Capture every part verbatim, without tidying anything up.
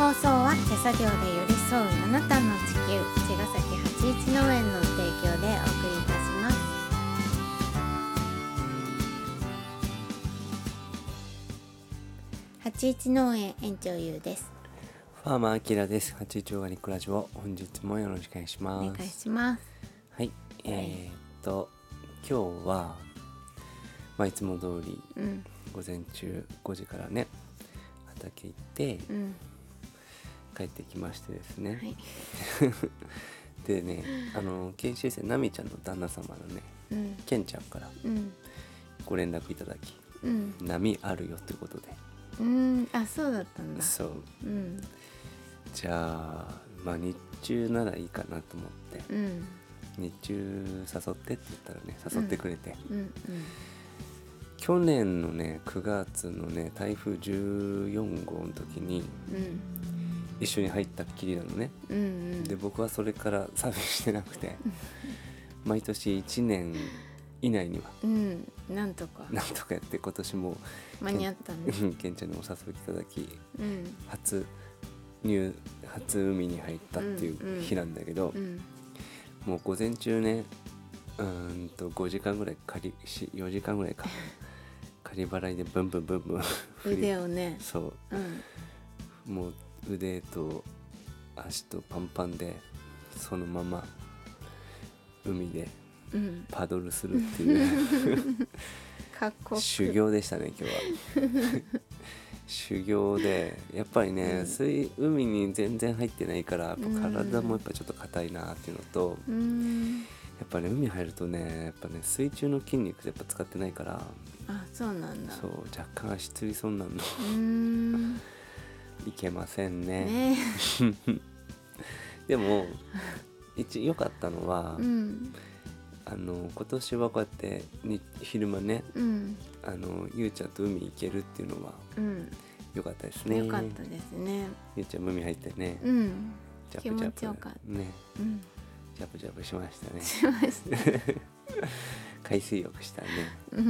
放送は手作業で寄り添うあなたの地球、茅ヶ崎八一農園の提供でお送りいたします。八一農園園長ゆうです。 ファーマーアキラです。八一オーガニックラジオ、本日もよろしくお願いします。 お願いします。 はい、えー、っと今日は、まあ、いつも通り、うん、午前中ごじからね畑行って、うん、帰ってきましてですね、はい、でね、あの研修生ナミちゃんの旦那様のね、うん、ケンちゃんからご連絡いただき、うん、波あるよということで、 うん、あ、そうだったんだ。 そう、うん、じゃあ、まあ、日中ならいいかなと思って、うん、日中誘ってって言ったらね、誘ってくれて、うんうんうん、去年のねくがつのね台風じゅうよんごうの時に、うん、一緒に入ったっきりなのね、うんうん、で僕はそれからサーフィンしてなくて毎年いちねん以内には、 うん、なんとかなんとかやって、今年も間に合ったね。 ケンちゃんにお誘いいただき、うん、初入初海に入ったっていう日なんだけど、うんうん、もう午前中ね、うーんとごじかんぐらい借りしよじかんぐらいか仮払いでブンブンブンブン腕をね、 そう、うん、もう腕と足とパンパンでそのまま海でパドルするっていう、うん、 かっこ修行でしたね今日は修行でやっぱりね、うん、水海に全然入ってないからやっぱ体もやっぱちょっと硬いなっていうのと、うん、やっぱね海入るとねやっぱね水中の筋肉やっぱ使ってないから、 あ、そうなんだ。 そう若干足つりそうになるのうーんいけませんね、ねでも一良かったのは、うん、あの今年はこうやってに昼間ね、うん、あのゆうちゃんと海行けるっていうのは、うん、良かったですね。 良かったですね。 ゆうちゃんも海入ってね、 うん、ジャプジャプ気持ちよかったね、うん、ジャプジャプしましたね。 しました海水浴したね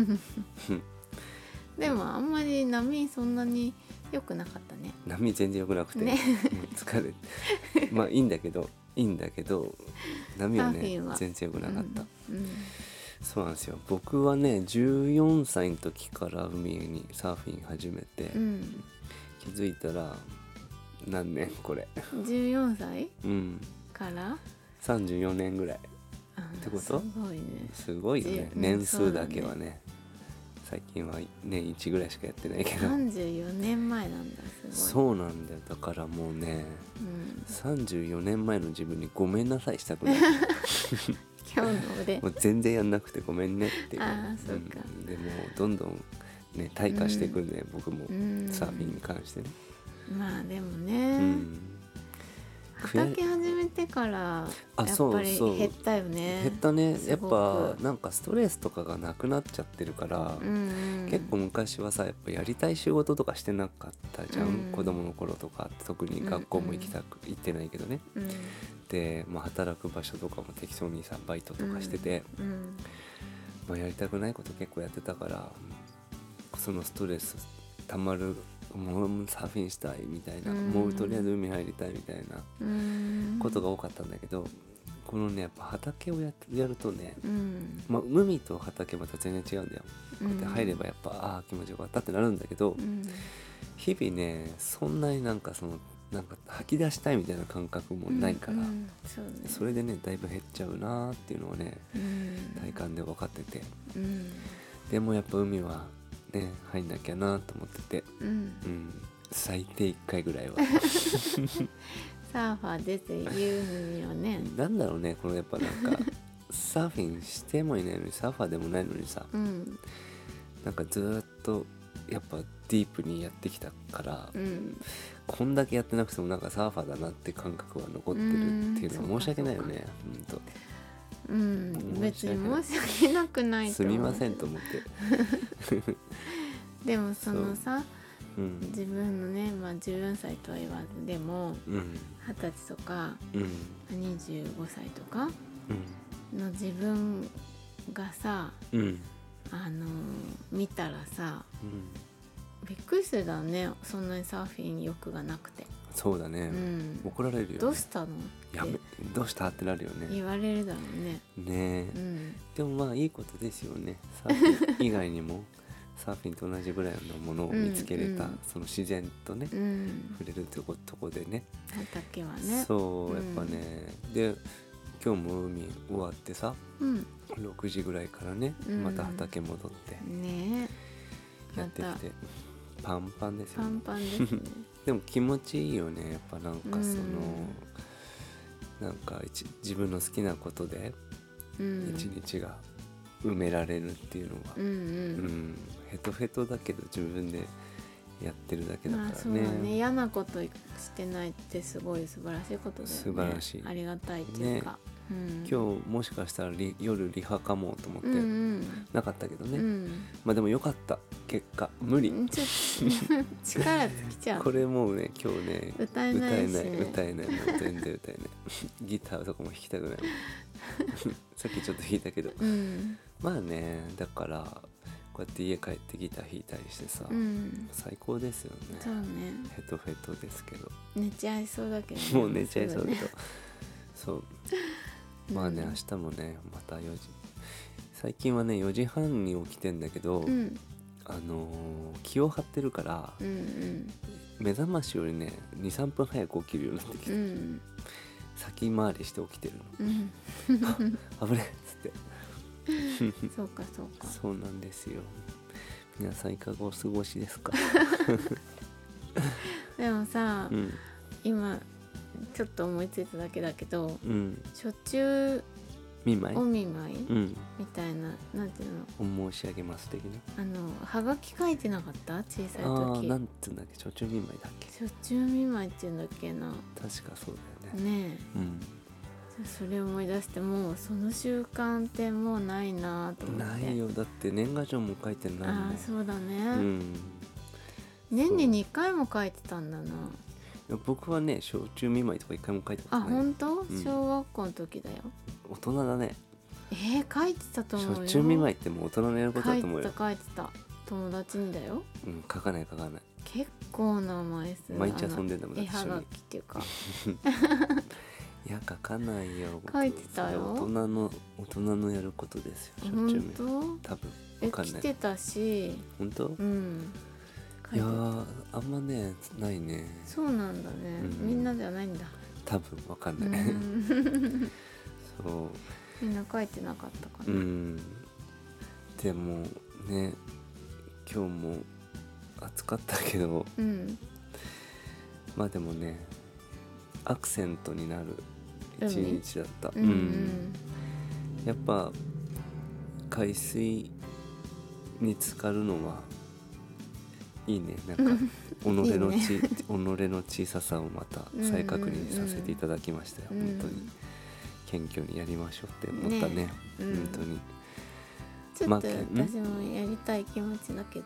でもあんまり波そんなに良くなかったね。 波全然良くなくて、ね、もう疲れまあいいんだけどいいんだけど波はねは全然良くなかった、うんうん、そうなんですよ。僕はねじゅうよんさいの時から海にサーフィン始めて、うん、気づいたら何年これじゅうよんさい、うん、からさんじゅうよねんぐらいってこと？ すごいね。 すごいよね、年数だけはね。最近は年いちぐらいしかやってないけどさんじゅうよねんまえなんだ。すごい。そうなんだよ。だからもうね、うん、さんじゅうよねんまえの自分にごめんなさいしたくない今日の俺もう全然やんなくてごめんねっていう。 ああ、そうか、 うん、でもどんどんね退化していくんで、うん、僕もサーフィンに関してね、 まあでもね、うん、畑始めてからやっぱり減ったよね。 減ったね。やっぱなんかストレスとかがなくなっちゃってるから、うん、結構昔はさやっぱやりたい仕事とかしてなかったじゃん、うん、子供の頃とか特に学校も行きたく、うん、行ってないけどね、うん、で、まあ、働く場所とかも適当にさバイトとかしてて、うんうん、まあ、やりたくないこと結構やってたからそのストレスたまる、もうサーフィンしたいみたいな、うん、もうとりあえず海入りたいみたいなことが多かったんだけど、このねやっぱ畑を や, やるとね、うんまあ、海と畑また全然違うんだよ。こうやって入ればやっぱ、うん、ああ気持ちよかったってなるんだけど、うん、日々ねそんなになんかそのなんか吐き出したいみたいな感覚もないから、うんうんそうね、それでねだいぶ減っちゃうなっていうのはね、うん、体感で分かってて、うん、でもやっぱ海はね入んなきゃなと思ってて、うんうん、最低いっかいぐらいはサーファー出て言うのよね。 なんだろうねこのやっぱなんかサーフィンしてもいないのにサーファーでもないのにさ、うん、なんかずっとやっぱディープにやってきたから、うん、こんだけやってなくてもなんかサーファーだなって感覚は残ってるっていうのは申し訳ないよね。ほんとうん、別に申し訳なくないとすみませんと思ってでもそのさうん、自分のね、まあ、じゅうよんさいとは言わずでも、うん、はたちとか、うん、にじゅうごさいとかの自分がさ、うん、あの見たらさ、うん、びっくりするだろうね。そんなにサーフィン欲がなくて。 そうだね、うん、怒られるよね。 どうしたのやめどうしたってなるよね。 言われるだろうね。 ねえ、うん、でもまあいいことですよね。サーフィン以外にもサーフィンと同じぐらいのものを見つけれた、うんうん、その自然とね、うん、触れるとことこでね。 畑はね。 そうやっぱね、うん、で今日も海終わってさ、うん、ろくじぐらいからね、うん、また畑戻ってねやってきて、ま、パンパンですよね。 パンパンですね。 でも気持ちいいよね。やっぱなんかその、うん、なんか自分の好きなことで一日が埋められるっていうのは、うんうんうん、ヘトヘトだけど自分でやってるだけだからね。まあ、そうね、 嫌なことしてないってすごい素晴らしいことだよね。 素晴らしい。 ありがたいっていうか、ね、 うん、今日もしかしたらリ夜リハかもと思って、うんうん、なかったけどね、うん、まあでもよかった。結果無理、 ちょっと力尽きちゃう。 これもうね今日ね歌えないし、ね、 歌えない歌えないもう全然歌えないギターとかも弾きたくないさっきちょっと弾いたけど、うん、まあねだからこうやって家帰ってギター弾いたりしてさ、うん、最高ですよね。 そうね、 ヘトヘトですけど寝ちゃいそうだけど、ね、 もう寝ちゃいそうだけどそうまあね、うん、明日もねまたよじ最近はねよじはんに起きてんだけど、うん、あのー、気を張ってるから、うんうん、目覚ましよりね にさんぷん早く起きるようになってきて、うん、先回りして起きてるの、うん、危ねっつってそうかそうかそうなんですよ。皆さんいかがお過ごしですかでもさ、うん、今ちょっと思いついただけだけど、うん、初中見舞いお見舞い、うん、みたいななんていうのお申し上げます的なあのはがき書いてなかった小さい時。 あなんていうんだっけ初中見舞いだっけ。 初中見舞いっていうんだっけな。 確かそうだよね。 ねえ、うん、それを思い出してもうその習慣ってもうないなと思って。 ないよだって年賀状も書いてないもん。 ああそうだね、うん、年ににかいも書いてたんだな。 僕はね小中見舞いとか一回も書いてますね。あ本当、うん、小学校の時だよ。 大人だね。 えー、書いてたと思うよ。 小中見舞いってもう大人のやることだと思うよ。 書いてた書いてた友達にだよ。 うん書かない書かない。 結構な枚数。 毎日遊んでんだもん。 絵はがきっていうかいや書かないよ。 書いてたよ。 大人の大人のやることですよ。小中見舞い。本当？多分わかんない。 え来てたし。本当？うん。 いやあんまねないね。 そうなんだね、うん、みんなじゃないんだ多分わかんない、うん、そうみんな書いてなかったかな、うん、 でもね今日も暑かったけど、うん、まあでもねアクセントになる一日だった、うんうん、やっぱ海水に浸かるのはいいね。なんか己のちいい、ね、己の小ささをまた再確認させていただきましたよ、うんうんうん、本当に謙虚にやりましょうって思ったね、ね、うん、本当にちょっと私もやりたい気持ちだけど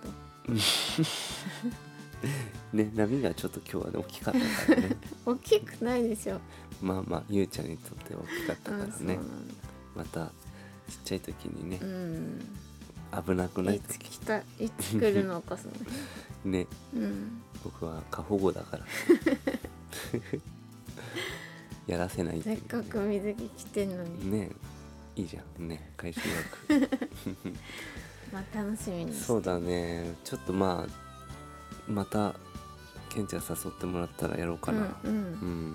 ね波がちょっと今日はね大きかったからね大きくないでしょ。 まあまあゆうちゃんにとって大きかったからね、またちっちゃい時にね、うん、危なくない時いつ来たいつ来るのかそのね、うん、僕は過保護だからやらせないっていう、ね、 せっかく水着着てんのにねいいじゃんね海水浴まあ楽しみにして。 そうだねちょっとまあまたケンちゃん誘ってもらったらやろうかな、うんうんうん、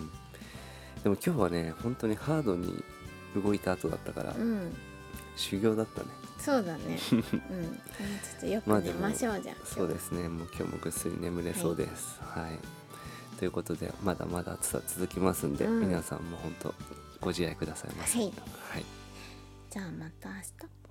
でも今日はね本当にハードに動いた後だったから、うん、修行だったね。 そうだね、うん、ちょっとよく寝ましょうじゃん。 そうですねもう今日もぐっすり眠れそうです、はいはい、ということでまだまだ暑さ続きますんで、うん、皆さんも本当ご自愛くださいませ。はい、 はい、じゃあまた明日。